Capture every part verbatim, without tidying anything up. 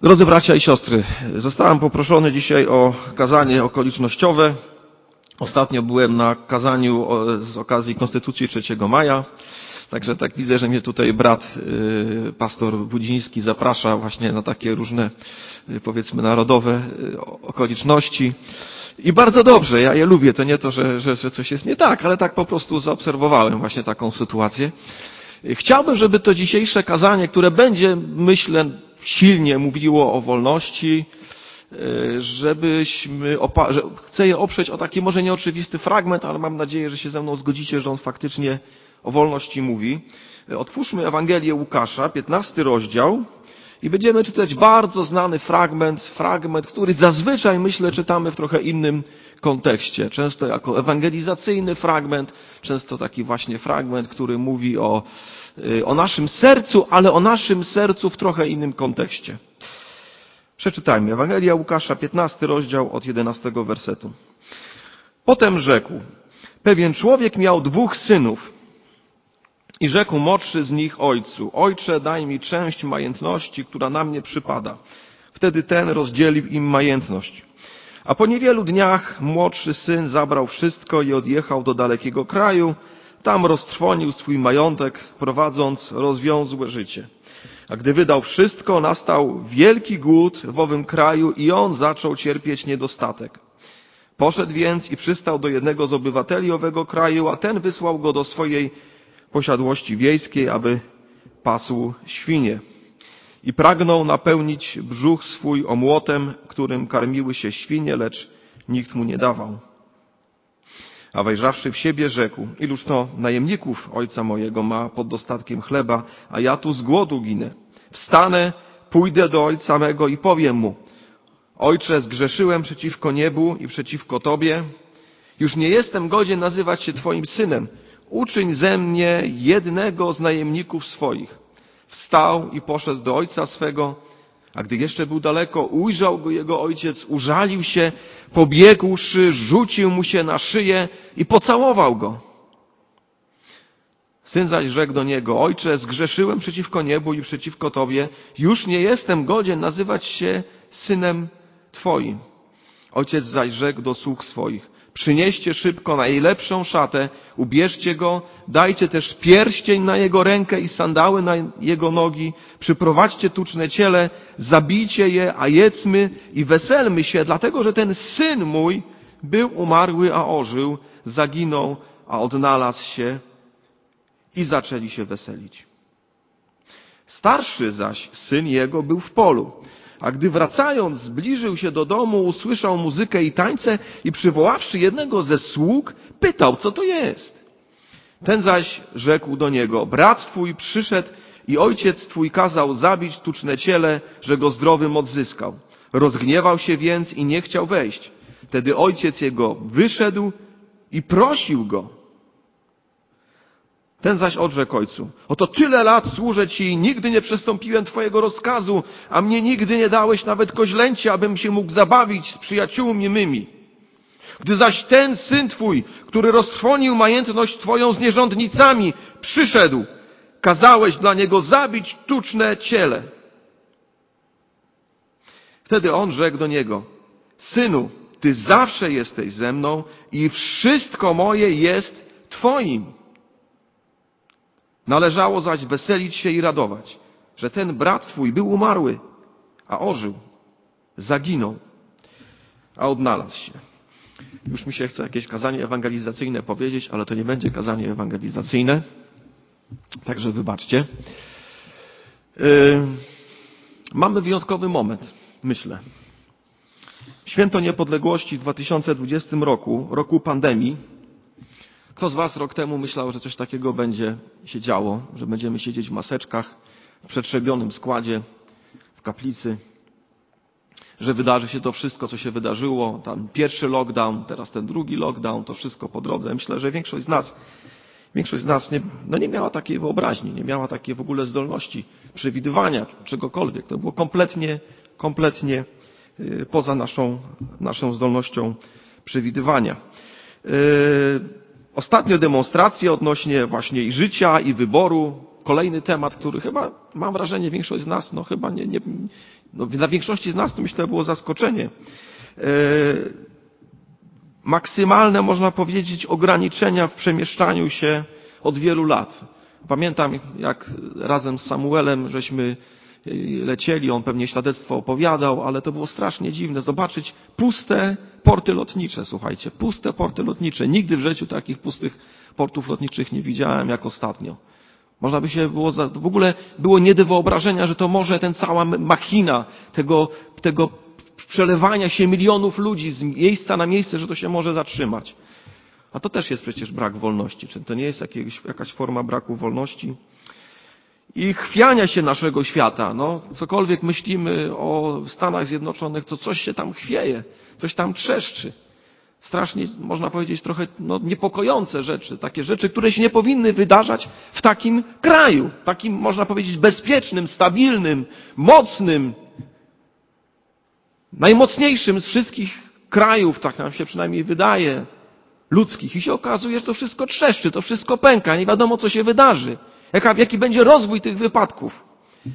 Drodzy bracia i siostry, zostałem poproszony dzisiaj o kazanie okolicznościowe. Ostatnio byłem na kazaniu z okazji Konstytucji trzeciego maja. Także tak widzę, że mnie tutaj brat pastor Budziński zaprasza właśnie na takie różne, powiedzmy, narodowe okoliczności. I bardzo dobrze, ja je lubię. To nie to, że, że, że coś jest nie tak, ale tak po prostu zaobserwowałem właśnie taką sytuację. Chciałbym, żeby to dzisiejsze kazanie, które będzie, myślę, silnie mówiło o wolności, żebyśmy, opa- że chcę je oprzeć o taki może nieoczywisty fragment, ale mam nadzieję, że się ze mną zgodzicie, że on faktycznie o wolności mówi. Otwórzmy Ewangelię Łukasza, piętnasty rozdział i będziemy czytać bardzo znany fragment, fragment, który zazwyczaj, myślę, czytamy w trochę innym kontekście. Często jako ewangelizacyjny fragment, często taki właśnie fragment, który mówi o, o naszym sercu, ale o naszym sercu w trochę innym kontekście. Przeczytajmy. Ewangelia Łukasza, piętnasty rozdział od jedenastego wersetu. Potem rzekł: pewien człowiek miał dwóch synów i rzekł młodszy z nich ojcu: ojcze, daj mi część majątności, która na mnie przypada. Wtedy ten rozdzielił im majątność. A po niewielu dniach młodszy syn zabrał wszystko i odjechał do dalekiego kraju. Tam roztrwonił swój majątek, prowadząc rozwiązłe życie. A gdy wydał wszystko, nastał wielki głód w owym kraju i on zaczął cierpieć niedostatek. Poszedł więc i przystał do jednego z obywateli owego kraju, a ten wysłał go do swojej posiadłości wiejskiej, aby pasł świnie. I pragnął napełnić brzuch swój omłotem, którym karmiły się świnie, lecz nikt mu nie dawał. A wejrzawszy w siebie, rzekł: iluż to najemników ojca mojego ma pod dostatkiem chleba, a ja tu z głodu ginę. Wstanę, pójdę do ojca mego i powiem mu: ojcze, zgrzeszyłem przeciwko niebu i przeciwko Tobie. Już nie jestem godzien nazywać się Twoim synem. Uczyń ze mnie jednego z najemników swoich. Wstał i poszedł do ojca swego, a gdy jeszcze był daleko, ujrzał go jego ojciec, użalił się, pobiegłszy, rzucił mu się na szyję i pocałował go. Syn zaś rzekł do niego: ojcze, zgrzeszyłem przeciwko niebu i przeciwko Tobie, już nie jestem godzien nazywać się synem Twoim. Ojciec zaś rzekł do sług swoich: przynieście szybko najlepszą szatę, ubierzcie go, dajcie też pierścień na jego rękę i sandały na jego nogi, przyprowadźcie tuczne ciele, zabijcie je, a jedzmy i weselmy się, dlatego że ten syn mój był umarły, a ożył, zaginął, a odnalazł się. I zaczęli się weselić. Starszy zaś syn jego był w polu. A gdy wracając zbliżył się do domu, usłyszał muzykę i tańce i przywoławszy jednego ze sług, pytał, co to jest. Ten zaś rzekł do niego: brat twój przyszedł i ojciec twój kazał zabić tuczne ciele, że go zdrowym odzyskał. Rozgniewał się więc i nie chciał wejść. Wtedy ojciec jego wyszedł i prosił go. Ten zaś odrzekł ojcu: oto tyle lat służę Ci i nigdy nie przestąpiłem Twojego rozkazu, a mnie nigdy nie dałeś nawet koźlęcia, abym się mógł zabawić z przyjaciółmi mymi. Gdy zaś ten syn Twój, który roztrwonił majątność Twoją z nierządnicami, przyszedł, kazałeś dla niego zabić tuczne ciele. Wtedy on rzekł do niego: synu, Ty zawsze jesteś ze mną i wszystko moje jest Twoim. Należało zaś weselić się i radować, że ten brat swój był umarły, a ożył, zaginął, a odnalazł się. Już mi się chce jakieś kazanie ewangelizacyjne powiedzieć, ale to nie będzie kazanie ewangelizacyjne, także wybaczcie. Yy, mamy wyjątkowy moment, myślę. Święto Niepodległości w dwa tysiące dwudziestym roku, roku pandemii. Kto z Was rok temu myślał, że coś takiego będzie się działo, że będziemy siedzieć w maseczkach, w przetrzebionym składzie, w kaplicy, że wydarzy się to wszystko, co się wydarzyło, tam pierwszy lockdown, teraz ten drugi lockdown, to wszystko po drodze. Myślę, że większość z nas, większość z nas nie, no nie miała takiej wyobraźni, nie miała takiej w ogóle zdolności przewidywania czegokolwiek. To było kompletnie, kompletnie poza naszą, naszą zdolnością przewidywania. Yy, Ostatnie demonstracje odnośnie właśnie i życia, i wyboru. Kolejny temat, który chyba, mam wrażenie, większość z nas no chyba nie, nie, no, dla większości z nas to myślę było zaskoczenie. E, maksymalne, można powiedzieć, ograniczenia w przemieszczaniu się od wielu lat. Pamiętam, jak razem z Samuelem żeśmy lecieli, on pewnie świadectwo opowiadał, ale to było strasznie dziwne zobaczyć puste porty lotnicze, słuchajcie, puste porty lotnicze. Nigdy w życiu takich pustych portów lotniczych nie widziałem jak ostatnio. Można by się było, w ogóle było nie do wyobrażenia, że to może ten cała machina tego, tego przelewania się milionów ludzi z miejsca na miejsce, że to się może zatrzymać. A to też jest przecież brak wolności. Czy to nie jest jakieś, jakaś forma braku wolności? I chwiania się naszego świata. No, cokolwiek myślimy o Stanach Zjednoczonych, to coś się tam chwieje, coś tam trzeszczy. Strasznie, można powiedzieć, trochę no, niepokojące rzeczy. Takie rzeczy, które się nie powinny wydarzać w takim kraju. Takim, można powiedzieć, bezpiecznym, stabilnym, mocnym. Najmocniejszym z wszystkich krajów, tak nam się przynajmniej wydaje, ludzkich. I się okazuje, że to wszystko trzeszczy, to wszystko pęka. Nie wiadomo, co się wydarzy. Jaka, jaki będzie rozwój tych wypadków.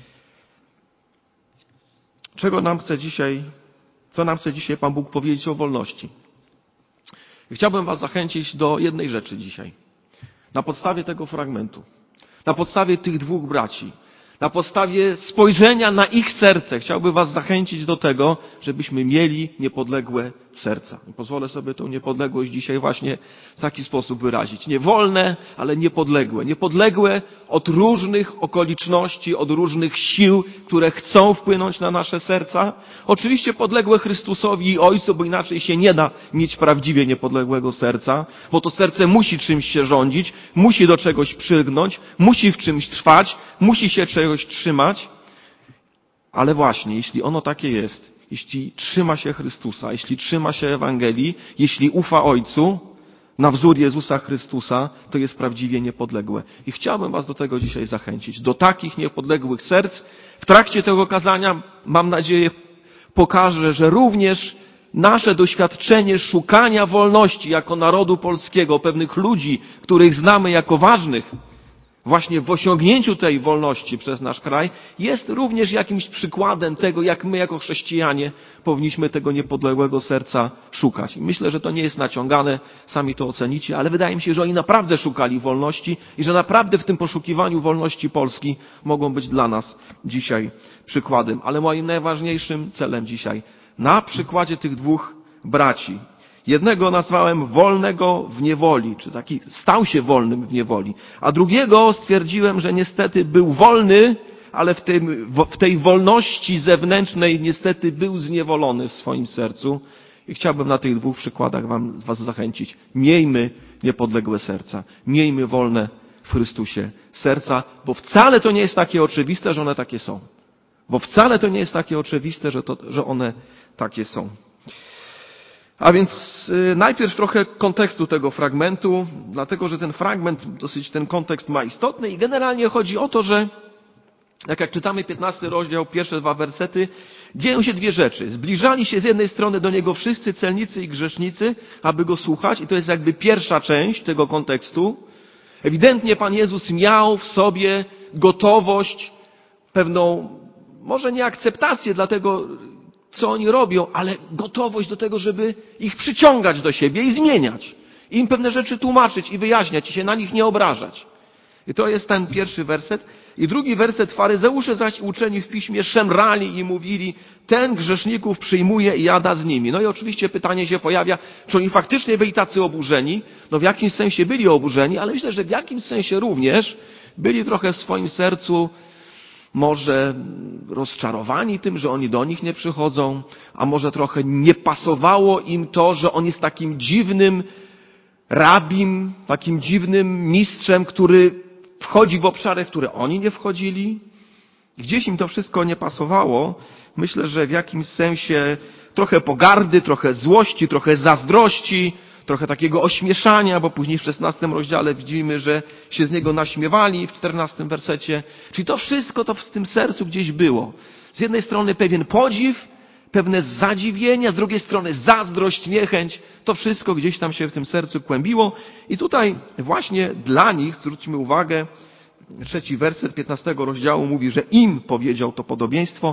Czego nam chce dzisiaj, co nam chce dzisiaj Pan Bóg powiedzieć o wolności? Chciałbym Was zachęcić do jednej rzeczy dzisiaj. Na podstawie tego fragmentu. Na podstawie tych dwóch braci. Na podstawie spojrzenia na ich serce. Chciałbym Was zachęcić do tego, żebyśmy mieli niepodległe serca. I pozwolę sobie tą niepodległość dzisiaj właśnie w taki sposób wyrazić. Nie wolne, ale niepodległe. Niepodległe od różnych okoliczności, od różnych sił, które chcą wpłynąć na nasze serca. Oczywiście podległe Chrystusowi i Ojcu, bo inaczej się nie da mieć prawdziwie niepodległego serca, bo to serce musi czymś się rządzić, musi do czegoś przylgnąć, musi w czymś trwać, musi się czegoś trzymać. Ale właśnie, jeśli ono takie jest, jeśli trzyma się Chrystusa, jeśli trzyma się Ewangelii, jeśli ufa Ojcu, na wzór Jezusa Chrystusa, to jest prawdziwie niepodległe. I chciałbym Was do tego dzisiaj zachęcić. Do takich niepodległych serc. W trakcie tego kazania, mam nadzieję, pokażę, że również nasze doświadczenie szukania wolności jako narodu polskiego, pewnych ludzi, których znamy jako ważnych, właśnie w osiągnięciu tej wolności przez nasz kraj, jest również jakimś przykładem tego, jak my jako chrześcijanie powinniśmy tego niepodległego serca szukać. I myślę, że to nie jest naciągane, sami to ocenicie, ale wydaje mi się, że oni naprawdę szukali wolności i że naprawdę w tym poszukiwaniu wolności Polski mogą być dla nas dzisiaj przykładem. Ale moim najważniejszym celem dzisiaj, na przykładzie tych dwóch braci, jednego nazwałem wolnego w niewoli, czy taki stał się wolnym w niewoli, a drugiego stwierdziłem, że niestety był wolny, ale w, tym, w tej wolności zewnętrznej niestety był zniewolony w swoim sercu. I chciałbym na tych dwóch przykładach wam, Was zachęcić. Miejmy niepodległe serca. Miejmy wolne w Chrystusie serca, bo wcale to nie jest takie oczywiste, że one takie są. Bo wcale to nie jest takie oczywiste, że, to, że one takie są. A więc y, najpierw trochę kontekstu tego fragmentu, dlatego że ten fragment, dosyć ten kontekst ma istotny i generalnie chodzi o to, że jak, jak czytamy piętnasty rozdział, pierwsze dwa wersety, dzieją się dwie rzeczy. Zbliżali się z jednej strony do Niego wszyscy celnicy i grzesznicy, aby Go słuchać i to jest jakby pierwsza część tego kontekstu. Ewidentnie Pan Jezus miał w sobie gotowość, pewną, może nie akceptację dla tego, co oni robią, ale gotowość do tego, żeby ich przyciągać do siebie i zmieniać. I im pewne rzeczy tłumaczyć i wyjaśniać i się na nich nie obrażać. I to jest ten pierwszy werset. I drugi werset, faryzeusze zaś uczeni w piśmie szemrali i mówili, ten grzeszników przyjmuje i jada z nimi. No i oczywiście pytanie się pojawia, czy oni faktycznie byli tacy oburzeni? No w jakimś sensie byli oburzeni, ale myślę, że w jakimś sensie również byli trochę w swoim sercu może rozczarowani tym, że oni do nich nie przychodzą, a może trochę nie pasowało im to, że on jest takim dziwnym rabim, takim dziwnym mistrzem, który wchodzi w obszary, w które oni nie wchodzili. Gdzieś im to wszystko nie pasowało. Myślę, że w jakimś sensie trochę pogardy, trochę złości, trochę zazdrości, trochę takiego ośmieszania, bo później w szesnastym rozdziale widzimy, że się z niego naśmiewali w czternastym wersecie. Czyli to wszystko to w tym sercu gdzieś było. Z jednej strony pewien podziw, pewne zadziwienie, a z drugiej strony zazdrość, niechęć. To wszystko gdzieś tam się w tym sercu kłębiło. I tutaj właśnie dla nich, zwróćmy uwagę, trzeci werset piętnastego rozdziału mówi, że im powiedział to podobieństwo.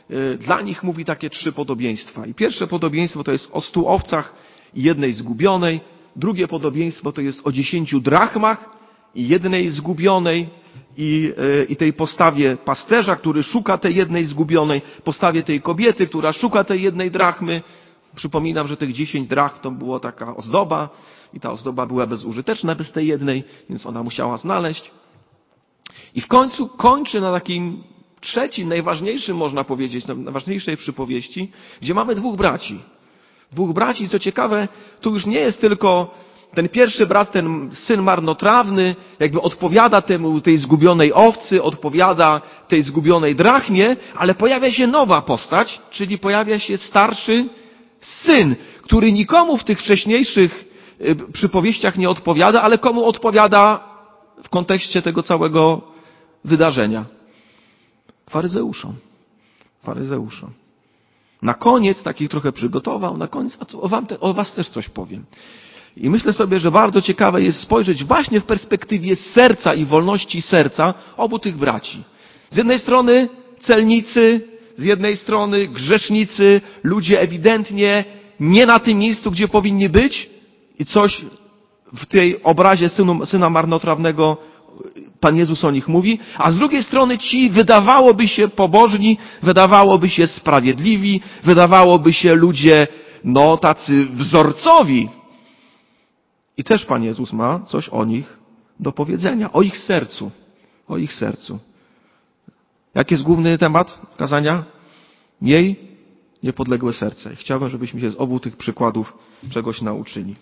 dla nich mówi takie trzy podobieństwa. I pierwsze podobieństwo to jest o stu owcach i jednej zgubionej. Drugie podobieństwo to jest o dziesięciu drachmach i jednej zgubionej. I, I tej postawie pasterza, który szuka tej jednej zgubionej, postawie tej kobiety, która szuka tej jednej drachmy. Przypominam, że tych dziesięć drachm to była taka ozdoba i ta ozdoba była bezużyteczna bez tej jednej, więc ona musiała znaleźć. I w końcu kończy na takim trzecim, najważniejszym, można powiedzieć, najważniejszej przypowieści, gdzie mamy dwóch braci. Dwóch braci, co ciekawe, tu już nie jest tylko ten pierwszy brat, ten syn marnotrawny, jakby odpowiada temu, tej zgubionej owcy, odpowiada tej zgubionej drachmie, ale pojawia się nowa postać, czyli pojawia się starszy syn, który nikomu w tych wcześniejszych przypowieściach nie odpowiada, ale komu odpowiada w kontekście tego całego wydarzenia? Faryzeuszom. Faryzeuszom. Na koniec, takich trochę przygotował, na koniec o, wam te, o was też coś powiem. I myślę sobie, że bardzo ciekawe jest spojrzeć właśnie w perspektywie serca i wolności serca obu tych braci. Z jednej strony celnicy, z jednej strony grzesznicy, ludzie ewidentnie nie na tym miejscu, gdzie powinni być i coś w tej obrazie synu, syna marnotrawnego Pan Jezus o nich mówi, a z drugiej strony ci wydawałoby się pobożni, wydawałoby się sprawiedliwi, wydawałoby się ludzie, no, tacy wzorcowi. I też Pan Jezus ma coś o nich do powiedzenia, o ich sercu, o ich sercu. Jaki jest główny temat kazania? Miej niepodległe serce. Chciałbym, żebyśmy się z obu tych przykładów czegoś nauczyli.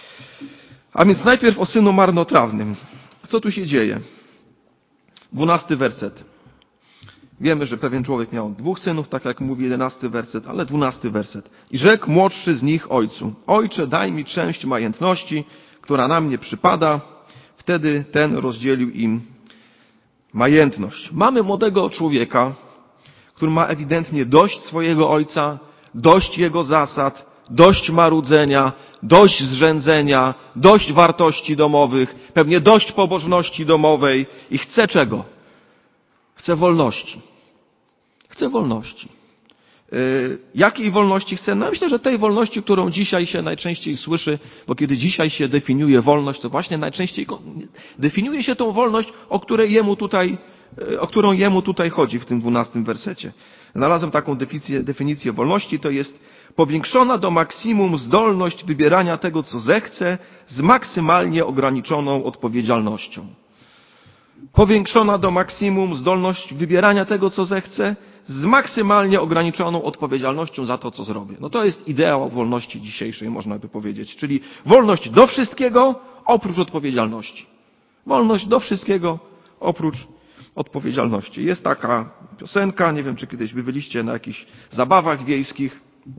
A więc najpierw o synu marnotrawnym. Co tu się dzieje? Dwunasty werset. Wiemy, że pewien człowiek miał dwóch synów, tak jak mówi jedenasty werset, ale dwunasty werset. I rzekł młodszy z nich ojcu: Ojcze, daj mi część majątności, która na mnie przypada. Wtedy ten rozdzielił im majątność. Mamy młodego człowieka, który ma ewidentnie dość swojego ojca, dość jego zasad, dość marudzenia, dość zrzędzenia, dość wartości domowych, pewnie dość pobożności domowej i chce czego? Chce wolności. Chce wolności. Yy, jakiej wolności chce? No myślę, że tej wolności, którą dzisiaj się najczęściej słyszy, bo kiedy dzisiaj się definiuje wolność, to właśnie najczęściej definiuje się tą wolność, o której jemu tutaj, o którą jemu tutaj chodzi w tym dwunastym wersecie. Znalazłem taką definicję, definicję wolności, to jest powiększona do maksimum zdolność wybierania tego, co zechce, z maksymalnie ograniczoną odpowiedzialnością. Powiększona do maksimum zdolność wybierania tego, co zechce, z maksymalnie ograniczoną odpowiedzialnością za to, co zrobię. No to jest ideał wolności dzisiejszej, można by powiedzieć. Czyli wolność do wszystkiego, oprócz odpowiedzialności. Wolność do wszystkiego, oprócz odpowiedzialności. Jest taka piosenka, nie wiem, czy kiedyś byliście na jakichś zabawach wiejskich.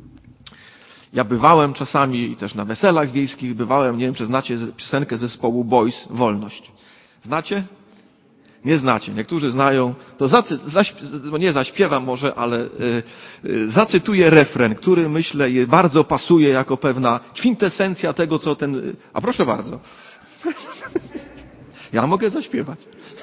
Ja bywałem czasami i też na weselach wiejskich bywałem. Nie wiem, czy znacie piosenkę zespołu Boys Wolność. Znacie? Nie znacie. Niektórzy znają. To zacy, zaś, nie zaśpiewam może, ale y, y, zacytuję refren, który myślę je bardzo pasuje jako pewna kwintesencja tego, co ten... A proszę bardzo. Ja mogę zaśpiewać.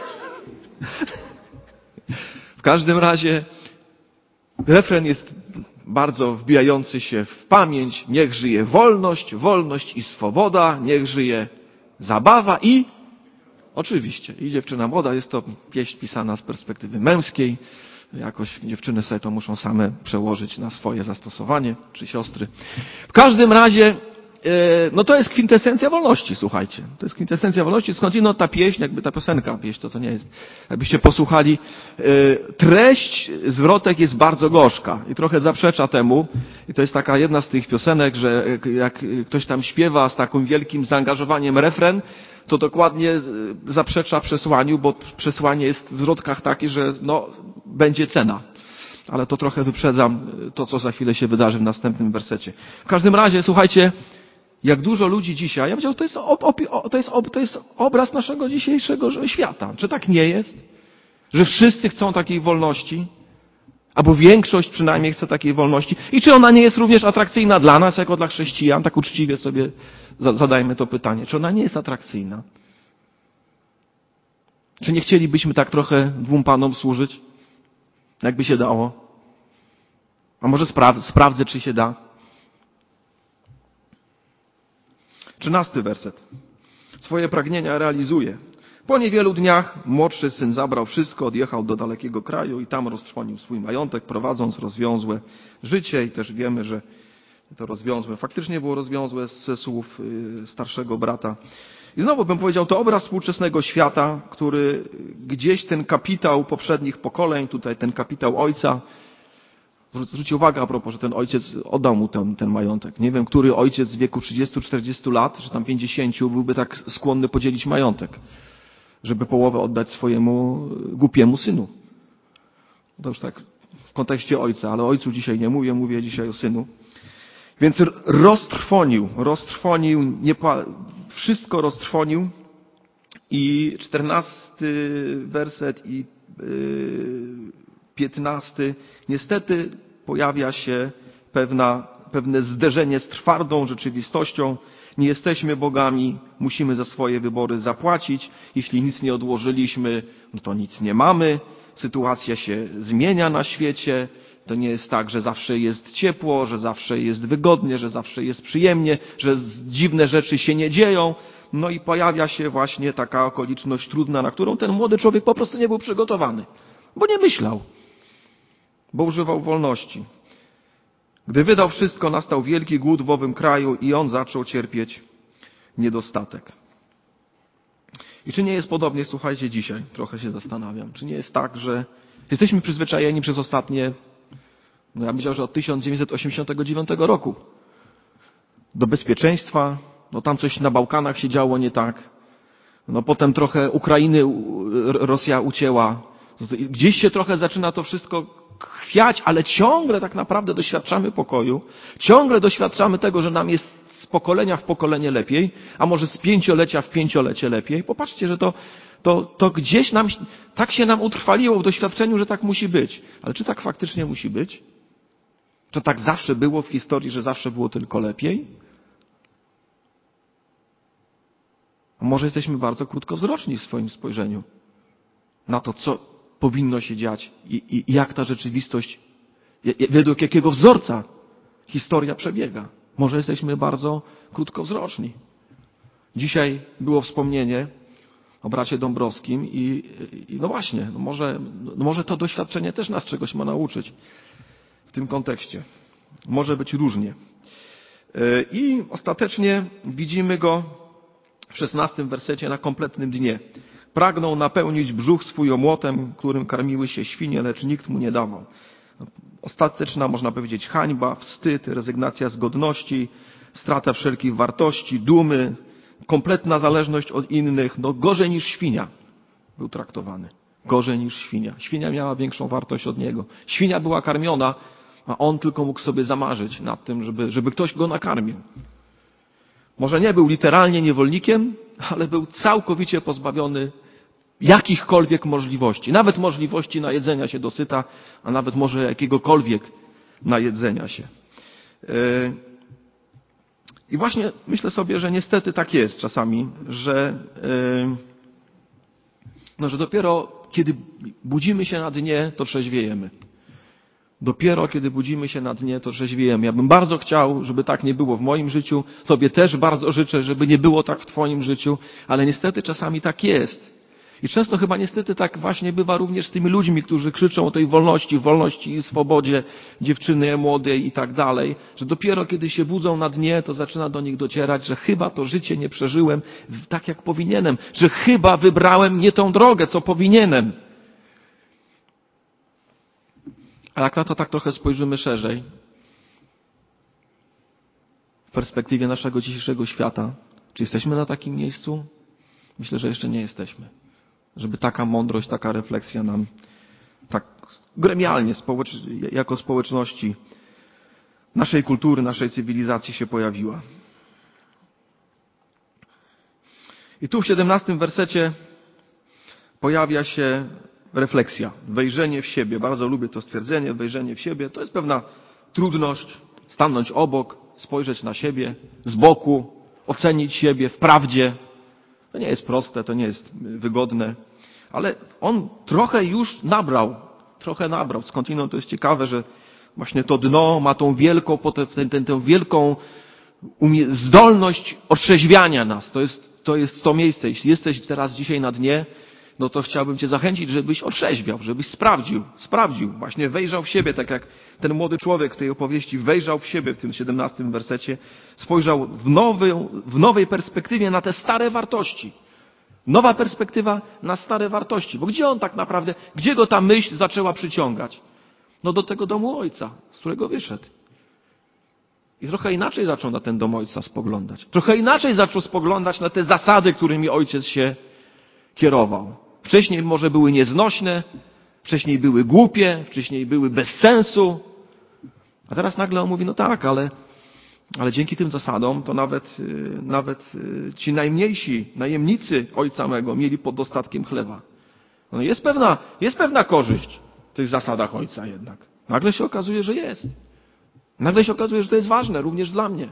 W każdym razie refren jest bardzo wbijający się w pamięć. Niech żyje wolność, wolność i swoboda, niech żyje zabawa i oczywiście, i dziewczyna młoda, jest to pieśń pisana z perspektywy męskiej. Jakoś dziewczyny sobie to muszą same przełożyć na swoje zastosowanie, czy siostry. W każdym razie, no to jest kwintesencja wolności, słuchajcie. To jest kwintesencja wolności. Skądinąd ta pieśń, jakby ta piosenka, pieśń to to nie jest. Jakbyście posłuchali, treść zwrotek jest bardzo gorzka i trochę zaprzecza temu. I to jest taka jedna z tych piosenek, że jak ktoś tam śpiewa z takim wielkim zaangażowaniem refren, to dokładnie zaprzecza przesłaniu, bo przesłanie jest w zwrotkach takie, że no, będzie cena. Ale to trochę wyprzedzam to, co za chwilę się wydarzy w następnym wersecie. W każdym razie, słuchajcie, jak dużo ludzi dzisiaj, ja powiedział, to jest, ob, ob, to, jest ob, to jest obraz naszego dzisiejszego świata. Czy tak nie jest? Że wszyscy chcą takiej wolności? Albo większość przynajmniej chce takiej wolności. I czy ona nie jest również atrakcyjna dla nas, jako dla chrześcijan? Tak uczciwie sobie zadajmy to pytanie. Czy ona nie jest atrakcyjna? Czy nie chcielibyśmy tak trochę dwóm panom służyć? Jakby się dało? A może spra- sprawdzę, czy się da. Trzynasty werset. Swoje pragnienia realizuje. Po niewielu dniach młodszy syn zabrał wszystko, odjechał do dalekiego kraju i tam roztrwonił swój majątek, prowadząc rozwiązłe życie. I też wiemy, że to rozwiązłe faktycznie było rozwiązłe ze słów starszego brata. I znowu bym powiedział, to obraz współczesnego świata, który gdzieś ten kapitał poprzednich pokoleń, tutaj ten kapitał ojca, zwróćcie uwagę a propos, że ten ojciec oddał mu ten, ten majątek. Nie wiem, który ojciec w wieku trzydziestu czterdziestu lat, czy tam pięćdziesięciu byłby tak skłonny podzielić majątek, żeby połowę oddać swojemu głupiemu synu. To już tak w kontekście ojca, ale o ojcu dzisiaj nie mówię, mówię dzisiaj o synu. Więc roztrwonił, roztrwonił, nie, wszystko roztrwonił i czternasty werset i piętnasty. Niestety pojawia się pewna, pewne zderzenie z twardą rzeczywistością. Nie jesteśmy bogami, musimy za swoje wybory zapłacić. Jeśli nic nie odłożyliśmy, no to nic nie mamy. Sytuacja się zmienia na świecie. To nie jest tak, że zawsze jest ciepło, że zawsze jest wygodnie, że zawsze jest przyjemnie, że dziwne rzeczy się nie dzieją. No i pojawia się właśnie taka okoliczność trudna, na którą ten młody człowiek po prostu nie był przygotowany. Bo nie myślał. Bo używał wolności. Gdy wydał wszystko, nastał wielki głód w owym kraju i on zaczął cierpieć niedostatek. I czy nie jest podobnie, słuchajcie, dzisiaj, trochę się zastanawiam, czy nie jest tak, że jesteśmy przyzwyczajeni przez ostatnie, no ja bym powiedział, że od tysiąc dziewięćset osiemdziesiątego dziewiątego roku do bezpieczeństwa, no tam coś na Bałkanach się działo nie tak, no potem trochę Ukrainy Rosja ucięła, gdzieś się trochę zaczyna to wszystko chwiać, ale ciągle tak naprawdę doświadczamy pokoju, ciągle doświadczamy tego, że nam jest z pokolenia w pokolenie lepiej, a może z pięciolecia w pięciolecie lepiej. Popatrzcie, że to, to, to gdzieś nam, tak się nam utrwaliło w doświadczeniu, że tak musi być. Ale czy tak faktycznie musi być? Czy tak zawsze było w historii, że zawsze było tylko lepiej? A może jesteśmy bardzo krótkowzroczni w swoim spojrzeniu na to, co powinno się dziać i, i, i jak ta rzeczywistość, według jakiego wzorca historia przebiega. Może jesteśmy bardzo krótkowzroczni. Dzisiaj było wspomnienie o bracie Dąbrowskim i, i no właśnie, no może, no może to doświadczenie też nas czegoś ma nauczyć w tym kontekście. Może być różnie. I ostatecznie widzimy go w szesnastym wersecie na kompletnym dnie. Pragnął napełnić brzuch swój omłotem, którym karmiły się świnie, lecz nikt mu nie dawał. Ostateczna, można powiedzieć, hańba, wstyd, rezygnacja z godności, strata wszelkich wartości, dumy, kompletna zależność od innych. No gorzej niż świnia był traktowany. Gorzej niż świnia. Świnia miała większą wartość od niego. Świnia była karmiona, a on tylko mógł sobie zamarzyć nad tym, żeby, żeby ktoś go nakarmił. Może nie był literalnie niewolnikiem, ale był całkowicie pozbawiony jakichkolwiek możliwości. Nawet możliwości najedzenia się dosyta, a nawet może jakiegokolwiek najedzenia się. I właśnie myślę sobie, że niestety tak jest czasami, że, no, że dopiero kiedy budzimy się na dnie, to trzeźwiejemy. Dopiero kiedy budzimy się na dnie, to trzeźwiejemy. Ja bym bardzo chciał, żeby tak nie było w moim życiu. Tobie też bardzo życzę, żeby nie było tak w Twoim życiu, ale niestety czasami tak jest. I często chyba niestety tak właśnie bywa również z tymi ludźmi, którzy krzyczą o tej wolności, wolności i swobodzie, dziewczyny młode i tak dalej, że dopiero kiedy się budzą na dnie, to zaczyna do nich docierać, że chyba to życie nie przeżyłem tak, jak powinienem, że chyba wybrałem nie tą drogę, co powinienem. A jak na to tak trochę spojrzymy szerzej, w perspektywie naszego dzisiejszego świata, czy jesteśmy na takim miejscu? Myślę, że jeszcze nie jesteśmy. Żeby taka mądrość, taka refleksja nam tak gremialnie, społecz- jako społeczności naszej kultury, naszej cywilizacji się pojawiła. I tu w siedemnastym wersecie pojawia się refleksja, wejrzenie w siebie. Bardzo lubię to stwierdzenie, wejrzenie w siebie. To jest pewna trudność, stanąć obok, spojrzeć na siebie z boku, ocenić siebie w prawdzie. To nie jest proste, to nie jest wygodne, ale on trochę już nabrał, trochę nabrał. Skądinąd to jest ciekawe, że właśnie to dno, ma tą wielką, tę, tę, tę wielką umie- zdolność otrzeźwiania nas. To jest, to jest to miejsce. Jeśli jesteś teraz dzisiaj na dnie, no to chciałbym Cię zachęcić, żebyś otrzeźwiał, żebyś sprawdził, sprawdził, właśnie wejrzał w siebie, tak jak ten młody człowiek w tej opowieści wejrzał w siebie w tym siedemnastym wersecie, spojrzał w, nowy, w nowej perspektywie na te stare wartości. Nowa perspektywa na stare wartości. Bo gdzie on tak naprawdę, gdzie go ta myśl zaczęła przyciągać? No do tego domu ojca, z którego wyszedł. I trochę inaczej zaczął na ten dom ojca spoglądać. Trochę inaczej zaczął spoglądać na te zasady, którymi ojciec się kierował. Wcześniej może były nieznośne, wcześniej były głupie, wcześniej były bez sensu. A teraz nagle on mówi, no tak, ale, ale dzięki tym zasadom to nawet, nawet ci najmniejsi najemnicy ojca mego mieli pod dostatkiem chleba. No jest pewna, jest pewna korzyść w tych zasadach ojca jednak. Nagle się okazuje, że jest. Nagle się okazuje, że to jest ważne również dla mnie.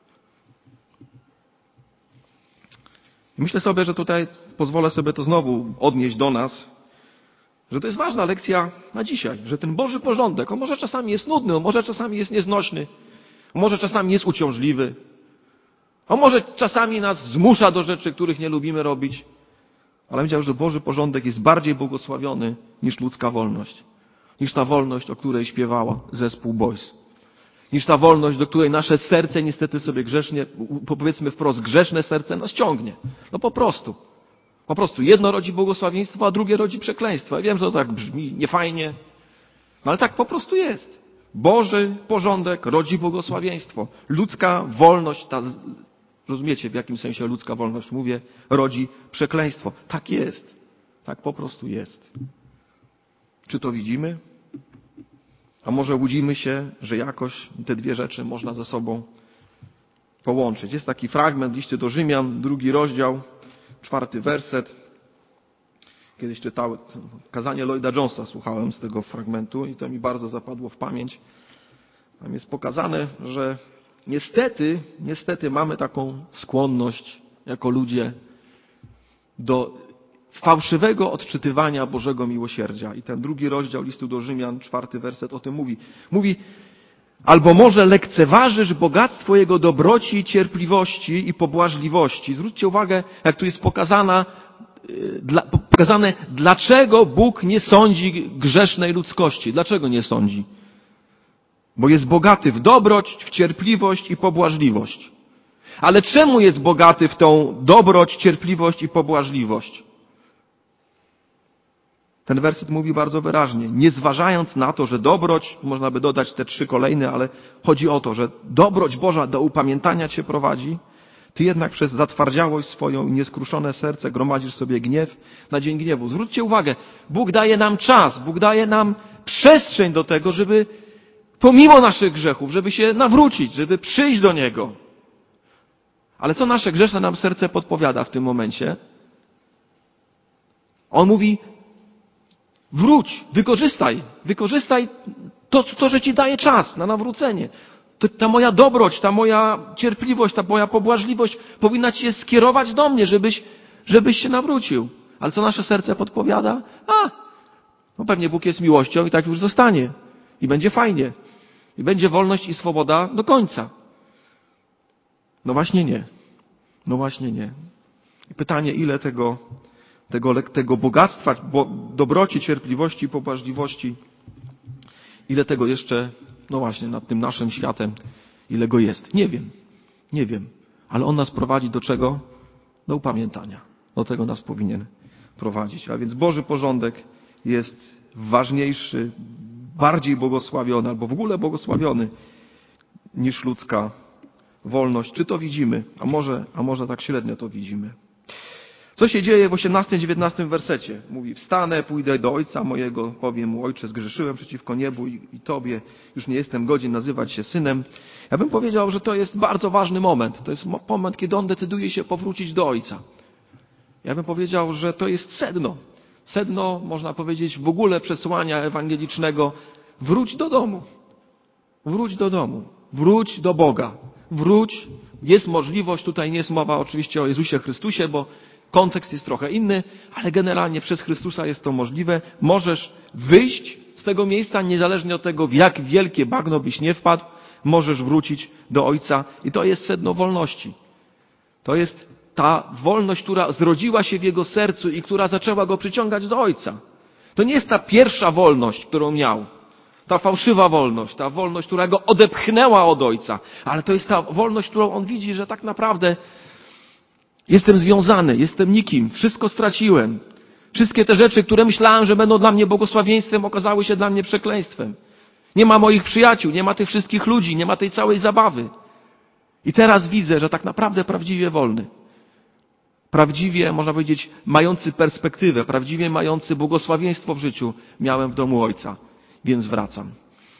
I myślę sobie, że tutaj pozwolę sobie to znowu odnieść do nas, że to jest ważna lekcja na dzisiaj, że ten Boży porządek, on może czasami jest nudny, on może czasami jest nieznośny, on może czasami jest uciążliwy, on może czasami nas zmusza do rzeczy, których nie lubimy robić, ale myślę, że Boży porządek jest bardziej błogosławiony niż ludzka wolność, niż ta wolność, o której śpiewała zespół Boys, niż ta wolność, do której nasze serce niestety sobie grzecznie, powiedzmy wprost, grzeszne serce nas ciągnie. No po prostu. Po prostu jedno rodzi błogosławieństwo, a drugie rodzi przekleństwo. Ja wiem, że to tak brzmi niefajnie, no ale tak po prostu jest. Boży porządek rodzi błogosławieństwo. Ludzka wolność, ta, rozumiecie w jakim sensie ludzka wolność mówię, rodzi przekleństwo. Tak jest. Tak po prostu jest. Czy to widzimy? A może łudzimy się, że jakoś te dwie rzeczy można ze sobą połączyć. Jest taki fragment w liście do Rzymian, drugi rozdział, czwarty werset. Kiedyś czytałem kazanie Lloyda Jonesa, słuchałem z tego fragmentu i to mi bardzo zapadło w pamięć. Tam jest pokazane, że niestety, niestety mamy taką skłonność jako ludzie do fałszywego odczytywania Bożego miłosierdzia. I ten drugi rozdział listu do Rzymian, czwarty werset o tym mówi. Mówi, albo może lekceważysz bogactwo Jego dobroci i cierpliwości i pobłażliwości. Zwróćcie uwagę, jak tu jest pokazana, dla, pokazane, dlaczego Bóg nie sądzi grzesznej ludzkości. Dlaczego nie sądzi? Bo jest bogaty w dobroć, w cierpliwość i pobłażliwość. Ale czemu jest bogaty w tą dobroć, cierpliwość i pobłażliwość? Ten werset mówi bardzo wyraźnie, nie zważając na to, że dobroć, można by dodać te trzy kolejne, ale chodzi o to, że dobroć Boża do upamiętania Cię prowadzi, Ty jednak przez zatwardziałość swoją i nieskruszone serce gromadzisz sobie gniew na dzień gniewu. Zwróćcie uwagę, Bóg daje nam czas, Bóg daje nam przestrzeń do tego, żeby pomimo naszych grzechów, żeby się nawrócić, żeby przyjść do Niego. Ale co nasze grzeszne nam serce podpowiada w tym momencie? On mówi, wróć, wykorzystaj, wykorzystaj to, to, że Ci daje czas na nawrócenie. To, ta moja dobroć, ta moja cierpliwość, ta moja pobłażliwość powinna Cię skierować do mnie, żebyś, żebyś się nawrócił. Ale co nasze serce podpowiada? A, no pewnie Bóg jest miłością i tak już zostanie. I będzie fajnie. I będzie wolność i swoboda do końca. No właśnie nie. No właśnie nie. I pytanie, ile tego, tego, tego bogactwa, bo, dobroci, cierpliwości, pobłażliwości, ile tego jeszcze, no właśnie, nad tym naszym światem, ile go jest. Nie wiem. Nie wiem. Ale on nas prowadzi do czego? Do upamiętania. Do tego nas powinien prowadzić. A więc Boży porządek jest ważniejszy, bardziej błogosławiony, albo w ogóle błogosławiony niż ludzka wolność. Czy to widzimy? A może, a może tak średnio to widzimy. Co się dzieje w osiemnastym, dziewiętnastym wersecie? Mówi, wstanę, pójdę do ojca mojego, powiem mu, ojcze, zgrzeszyłem przeciwko niebu i, i tobie, już nie jestem godzien nazywać się synem. Ja bym powiedział, że to jest bardzo ważny moment. To jest moment, kiedy on decyduje się powrócić do ojca. Ja bym powiedział, że to jest sedno. Sedno, można powiedzieć, w ogóle przesłania ewangelicznego. Wróć do domu. Wróć do domu. Wróć do Boga. Wróć. Jest możliwość, tutaj nie jest mowa oczywiście o Jezusie Chrystusie, bo Kontekst jest trochę inny, ale generalnie przez Chrystusa jest to możliwe. Możesz wyjść z tego miejsca, niezależnie od tego, w jak wielkie bagno byś nie wpadł, możesz wrócić do Ojca. I to jest sedno wolności. To jest ta wolność, która zrodziła się w Jego sercu i która zaczęła Go przyciągać do Ojca. To nie jest ta pierwsza wolność, którą miał. Ta fałszywa wolność, ta wolność, która Go odepchnęła od Ojca. Ale to jest ta wolność, którą On widzi, że tak naprawdę jestem związany, jestem nikim, wszystko straciłem. Wszystkie te rzeczy, które myślałem, że będą dla mnie błogosławieństwem, okazały się dla mnie przekleństwem. Nie ma moich przyjaciół, nie ma tych wszystkich ludzi, nie ma tej całej zabawy. I teraz widzę, że tak naprawdę prawdziwie wolny. Prawdziwie, można powiedzieć, mający perspektywę, prawdziwie mający błogosławieństwo w życiu miałem w domu Ojca, więc wracam.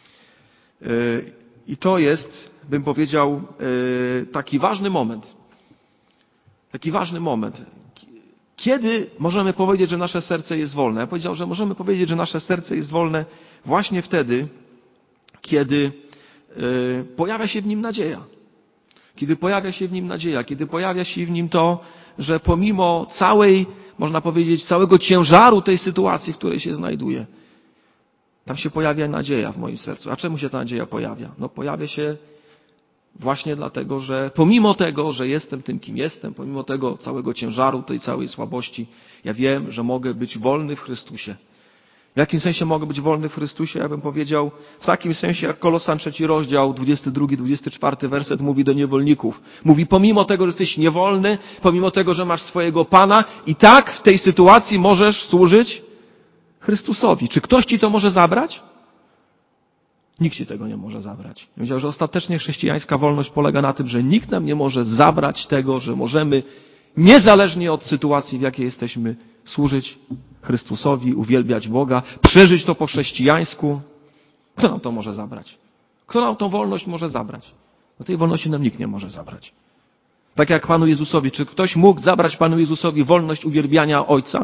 I to jest, bym powiedział, taki ważny moment. Taki ważny moment. Kiedy możemy powiedzieć, że nasze serce jest wolne? Ja powiedział, że możemy powiedzieć, że nasze serce jest wolne właśnie wtedy, kiedy pojawia się w nim nadzieja. Kiedy pojawia się w nim nadzieja, kiedy pojawia się w nim to, że pomimo całej, można powiedzieć, całego ciężaru tej sytuacji, w której się znajduje, tam się pojawia nadzieja w moim sercu. A czemu się ta nadzieja pojawia? No pojawia się właśnie dlatego, że pomimo tego, że jestem tym, kim jestem, pomimo tego całego ciężaru, tej całej słabości, ja wiem, że mogę być wolny w Chrystusie. W jakim sensie mogę być wolny w Chrystusie? Ja bym powiedział, w takim sensie jak Kolosan trzeci rozdział, dwudziesty drugi, dwudziesty czwarty werset mówi do niewolników. Mówi, pomimo tego, że jesteś niewolny, pomimo tego, że masz swojego Pana, i tak w tej sytuacji możesz służyć Chrystusowi. Czy ktoś ci to może zabrać? Nikt ci tego nie może zabrać. Ja myślę, że ostatecznie chrześcijańska wolność polega na tym, że nikt nam nie może zabrać tego, że możemy niezależnie od sytuacji, w jakiej jesteśmy, służyć Chrystusowi, uwielbiać Boga, przeżyć to po chrześcijańsku. Kto nam to może zabrać? Kto nam tą wolność może zabrać? No tej wolności nam nikt nie może zabrać. Tak jak Panu Jezusowi. Czy ktoś mógł zabrać Panu Jezusowi wolność uwielbiania Ojca?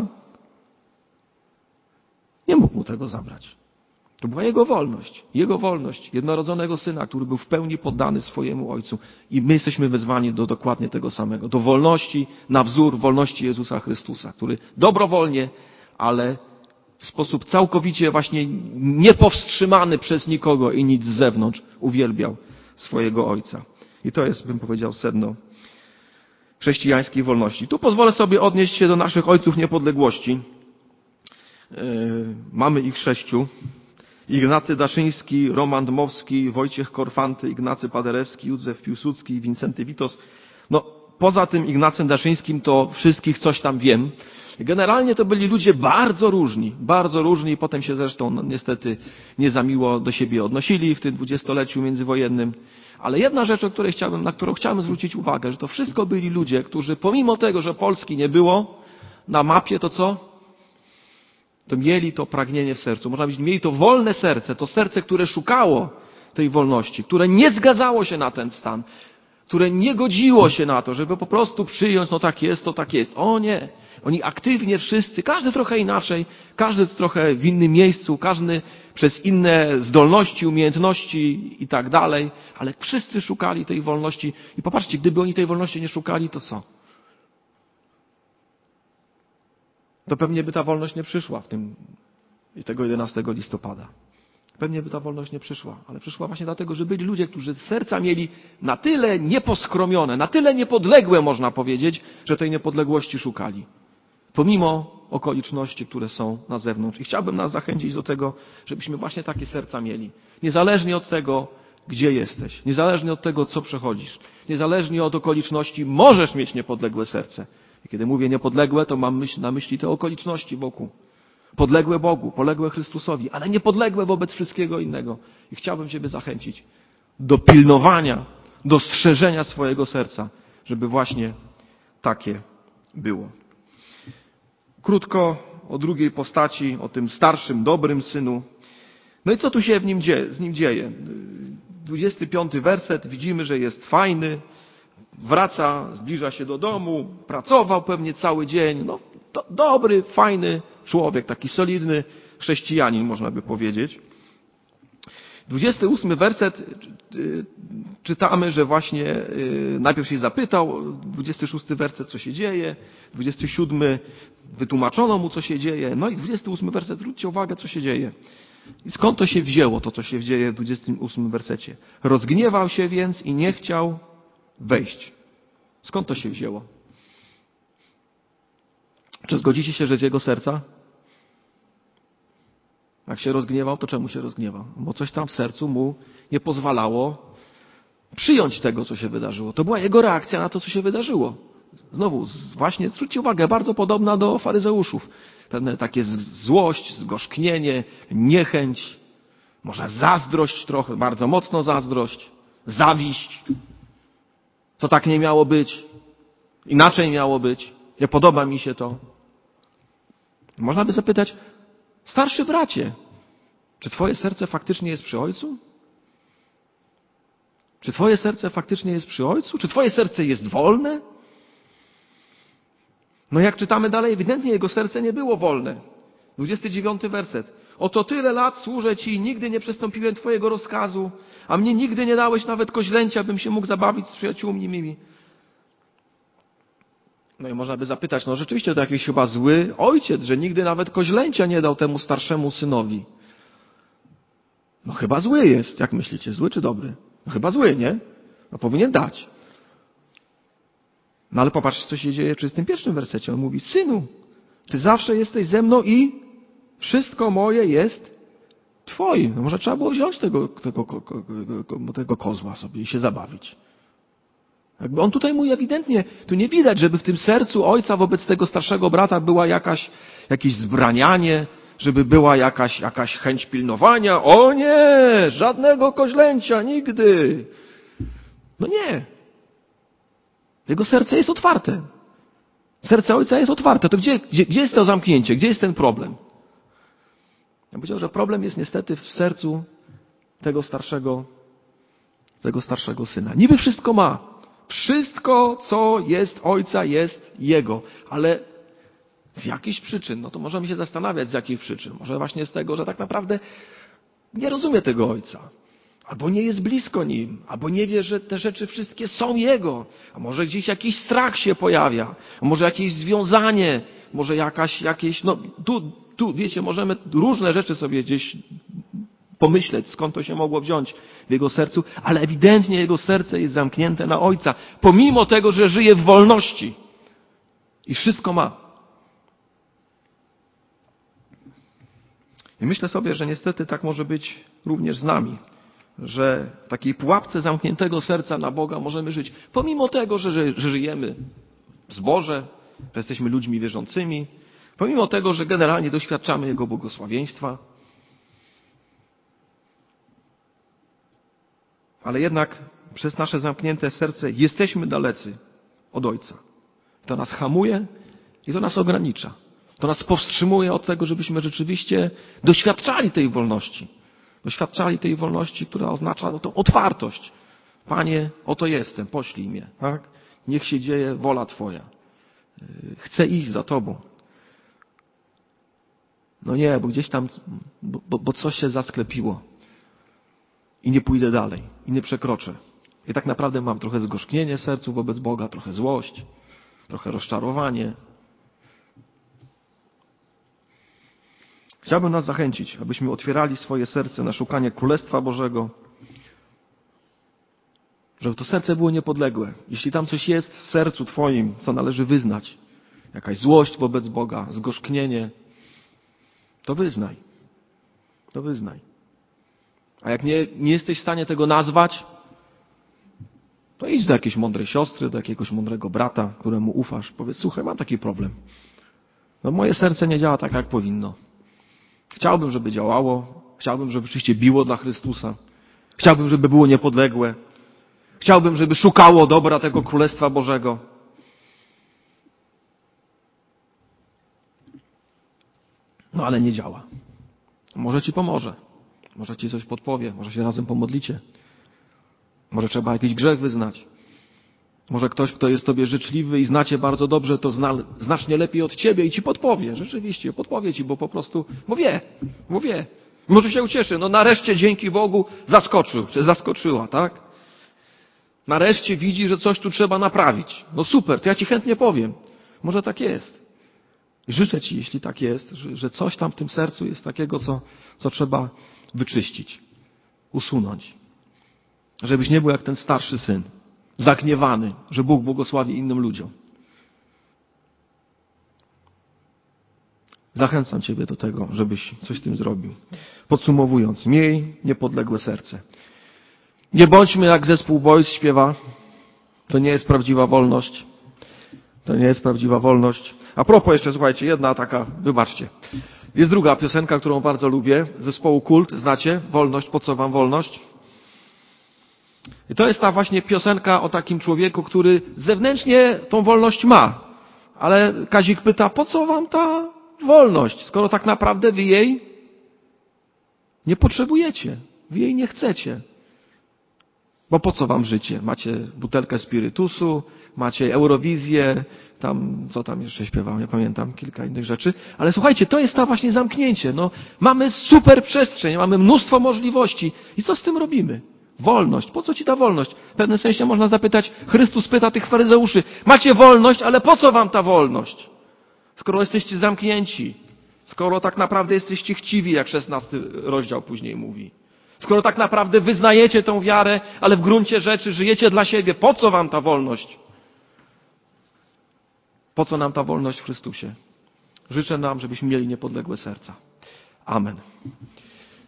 Nie mógł mu tego zabrać. To była Jego wolność. Jego wolność jednorodzonego Syna, który był w pełni poddany swojemu Ojcu. I my jesteśmy wezwani do dokładnie tego samego. Do wolności na wzór wolności Jezusa Chrystusa, który dobrowolnie, ale w sposób całkowicie właśnie niepowstrzymany przez nikogo i nic z zewnątrz uwielbiał swojego Ojca. I to jest, bym powiedział, sedno chrześcijańskiej wolności. Tu pozwolę sobie odnieść się do naszych ojców niepodległości. Yy, mamy ich sześciu. Ignacy Daszyński, Roman Dmowski, Wojciech Korfanty, Ignacy Paderewski, Józef Piłsudski, Wincenty Witos. No, poza tym Ignacym Daszyńskim to wszystkich coś tam wiem. Generalnie to byli ludzie bardzo różni, bardzo różni i potem się zresztą no, niestety nie za miło do siebie odnosili w tym dwudziestoleciu międzywojennym. Ale jedna rzecz, o której chciałbym, na którą chciałem zwrócić uwagę, że to wszystko byli ludzie, którzy pomimo tego, że Polski nie było na mapie, to co? To mieli to pragnienie w sercu. Można powiedzieć, mieli to wolne serce, to serce, które szukało tej wolności, które nie zgadzało się na ten stan, które nie godziło się na to, żeby po prostu przyjąć, no tak jest, to tak jest. O nie. Oni aktywnie wszyscy, każdy trochę inaczej, każdy trochę w innym miejscu, każdy przez inne zdolności, umiejętności i tak dalej, ale wszyscy szukali tej wolności. I popatrzcie, gdyby oni tej wolności nie szukali, to co? To pewnie by ta wolność nie przyszła w tym, tego jedenastego listopada. Pewnie by ta wolność nie przyszła, ale przyszła właśnie dlatego, że byli ludzie, którzy serca mieli na tyle nieposkromione, na tyle niepodległe, można powiedzieć, że tej niepodległości szukali. Pomimo okoliczności, które są na zewnątrz. I chciałbym nas zachęcić do tego, żebyśmy właśnie takie serca mieli. Niezależnie od tego, gdzie jesteś, niezależnie od tego, co przechodzisz, niezależnie od okoliczności, możesz mieć niepodległe serce. I kiedy mówię niepodległe, to mam na myśli te okoliczności wokół. Podległe Bogu, poległe Chrystusowi, ale niepodległe wobec wszystkiego innego. I chciałbym Ciebie zachęcić do pilnowania, do strzeżenia swojego serca, żeby właśnie takie było. Krótko o drugiej postaci, o tym starszym, dobrym synu. No i co tu się w nim dzieje, z nim dzieje? dwudziesty piąty werset, widzimy, że jest fajny, wraca, zbliża się do domu, pracował pewnie cały dzień. No, to dobry, fajny człowiek, taki solidny chrześcijanin, można by powiedzieć. dwudziesty ósmy werset czytamy, że właśnie yy, najpierw się zapytał, dwudziesty szósty werset, co się dzieje, dwudziesty siódmy wytłumaczono mu, co się dzieje, no i dwudziesty ósmy werset, zwróćcie uwagę, co się dzieje. I skąd to się wzięło, to co się dzieje w dwudziestym ósmym wersecie? Rozgniewał się więc i nie chciał wejść. Skąd to się wzięło? Czy zgodzicie się, że z jego serca? Jak się rozgniewał, to czemu się rozgniewał? Bo coś tam w sercu mu nie pozwalało przyjąć tego, co się wydarzyło. To była jego reakcja na to, co się wydarzyło. Znowu, właśnie zwróćcie uwagę, bardzo podobna do faryzeuszów. Pewne takie złość, zgorzknienie, niechęć, może zazdrość trochę, bardzo mocno zazdrość, zawiść. To tak nie miało być. Inaczej miało być. Nie podoba mi się to. Można by zapytać, starszy bracie, czy twoje serce faktycznie jest przy Ojcu? Czy twoje serce faktycznie jest przy Ojcu? Czy twoje serce jest wolne? No jak czytamy dalej, ewidentnie jego serce nie było wolne. dwudziesty dziewiąty werset. Oto tyle lat służę Ci i nigdy nie przestąpiłem Twojego rozkazu, a mnie nigdy nie dałeś nawet koźlęcia, bym się mógł zabawić z przyjaciółmi mimi. No i można by zapytać, no rzeczywiście to jakiś chyba zły ojciec, że nigdy nawet koźlęcia nie dał temu starszemu synowi. No chyba zły jest. Jak myślicie, zły czy dobry? No chyba zły, nie? No powinien dać. No ale popatrz, co się dzieje w trzydziestym pierwszym wersecie. On mówi, synu, Ty zawsze jesteś ze mną i wszystko moje jest Twoim. No może trzeba było wziąć tego, tego, tego, tego kozła sobie i się zabawić. Jakby on tutaj mówi ewidentnie, tu nie widać, żeby w tym sercu ojca wobec tego starszego brata była jakaś, jakieś zbranianie, żeby była jakaś, jakaś chęć pilnowania. O nie, żadnego koźlęcia, nigdy. No nie. Jego serce jest otwarte. Serce ojca jest otwarte. To gdzie, gdzie, gdzie jest to zamknięcie? Gdzie jest ten problem? Ja powiedział, że problem jest niestety w sercu tego starszego, tego starszego syna. Niby wszystko ma. Wszystko, co jest ojca, jest jego. Ale z jakichś przyczyn, no to możemy się zastanawiać, z jakich przyczyn. Może właśnie z tego, że tak naprawdę nie rozumie tego ojca. Albo nie jest blisko nim, albo nie wie, że te rzeczy wszystkie są jego. A może gdzieś jakiś strach się pojawia, a może jakieś związanie, może jakaś, jakieś, no tu, tu, wiecie, możemy różne rzeczy sobie gdzieś pomyśleć, skąd to się mogło wziąć w jego sercu, ale ewidentnie jego serce jest zamknięte na ojca, pomimo tego, że żyje w wolności i wszystko ma. I myślę sobie, że niestety tak może być również z nami, że w takiej pułapce zamkniętego serca na Boga możemy żyć, pomimo tego, że, że, że żyjemy w zborze, że jesteśmy ludźmi wierzącymi, pomimo tego, że generalnie doświadczamy Jego błogosławieństwa, ale jednak przez nasze zamknięte serce jesteśmy dalecy od Ojca. To nas hamuje i to nas ogranicza. To nas powstrzymuje od tego, żebyśmy rzeczywiście doświadczali tej wolności. Doświadczali tej wolności, która oznacza no, tą otwartość. Panie, oto jestem, poślij mnie. Tak? Niech się dzieje wola Twoja. Chcę iść za Tobą. No nie, bo gdzieś tam, bo, bo, bo coś się zasklepiło. I nie pójdę dalej. I nie przekroczę. I tak naprawdę mam trochę zgorzknienie w sercu wobec Boga, trochę złość, trochę rozczarowanie. Chciałbym nas zachęcić, abyśmy otwierali swoje serce na szukanie Królestwa Bożego, żeby to serce było niepodległe. Jeśli tam coś jest w sercu Twoim, co należy wyznać, jakaś złość wobec Boga, zgorzknienie, to wyznaj. To wyznaj. A jak nie, nie jesteś w stanie tego nazwać, to idź do jakiejś mądrej siostry, do jakiegoś mądrego brata, któremu ufasz. Powiedz, słuchaj, mam taki problem. No moje serce nie działa tak, jak powinno. Chciałbym, żeby działało. Chciałbym, żeby rzeczywiście biło dla Chrystusa. Chciałbym, żeby było niepodległe. Chciałbym, żeby szukało dobra tego Królestwa Bożego. No ale nie działa. Może Ci pomoże. Może Ci coś podpowie. Może się razem pomodlicie. Może trzeba jakiś grzech wyznać. Może ktoś, kto jest Tobie życzliwy i znacie bardzo dobrze, to zna, znacznie lepiej od Ciebie i Ci podpowie. Rzeczywiście, podpowie Ci, bo po prostu, bo wie, bo wie. Może się ucieszy. No nareszcie dzięki Bogu zaskoczył, czy zaskoczyła, tak? Nareszcie widzi, że coś tu trzeba naprawić. No super, to ja ci chętnie powiem. Może tak jest. Życzę ci, jeśli tak jest, że, że coś tam w tym sercu jest takiego, co, co trzeba wyczyścić, usunąć. Żebyś nie był jak ten starszy syn, zagniewany, że Bóg błogosławi innym ludziom. Zachęcam Ciebie do tego, żebyś coś z tym zrobił. Podsumowując, miej niepodległe serce. Nie bądźmy jak zespół Boys śpiewa. To nie jest prawdziwa wolność. To nie jest prawdziwa wolność. A propos jeszcze, słuchajcie, jedna taka, wybaczcie. Jest druga piosenka, którą bardzo lubię, zespołu Kult, znacie? Wolność, po co wam wolność? I to jest ta właśnie piosenka o takim człowieku, który zewnętrznie tą wolność ma. Ale Kazik pyta, po co wam ta wolność, skoro tak naprawdę wy jej nie potrzebujecie, wy jej nie chcecie. Bo po co wam życie? Macie butelkę spirytusu, macie Eurowizję, tam, co tam jeszcze śpiewał, nie pamiętam, kilka innych rzeczy. Ale słuchajcie, to jest to właśnie zamknięcie. No, mamy super przestrzeń, mamy mnóstwo możliwości. I co z tym robimy? Wolność. Po co ci ta wolność? W pewnym sensie można zapytać, Chrystus pyta tych faryzeuszy, macie wolność, ale po co wam ta wolność? Skoro jesteście zamknięci, skoro tak naprawdę jesteście chciwi, jak szesnasty rozdział później mówi. Skoro tak naprawdę wyznajecie tą wiarę, ale w gruncie rzeczy żyjecie dla siebie, po co wam ta wolność? Po co nam ta wolność w Chrystusie? Życzę nam, żebyśmy mieli niepodległe serca. Amen.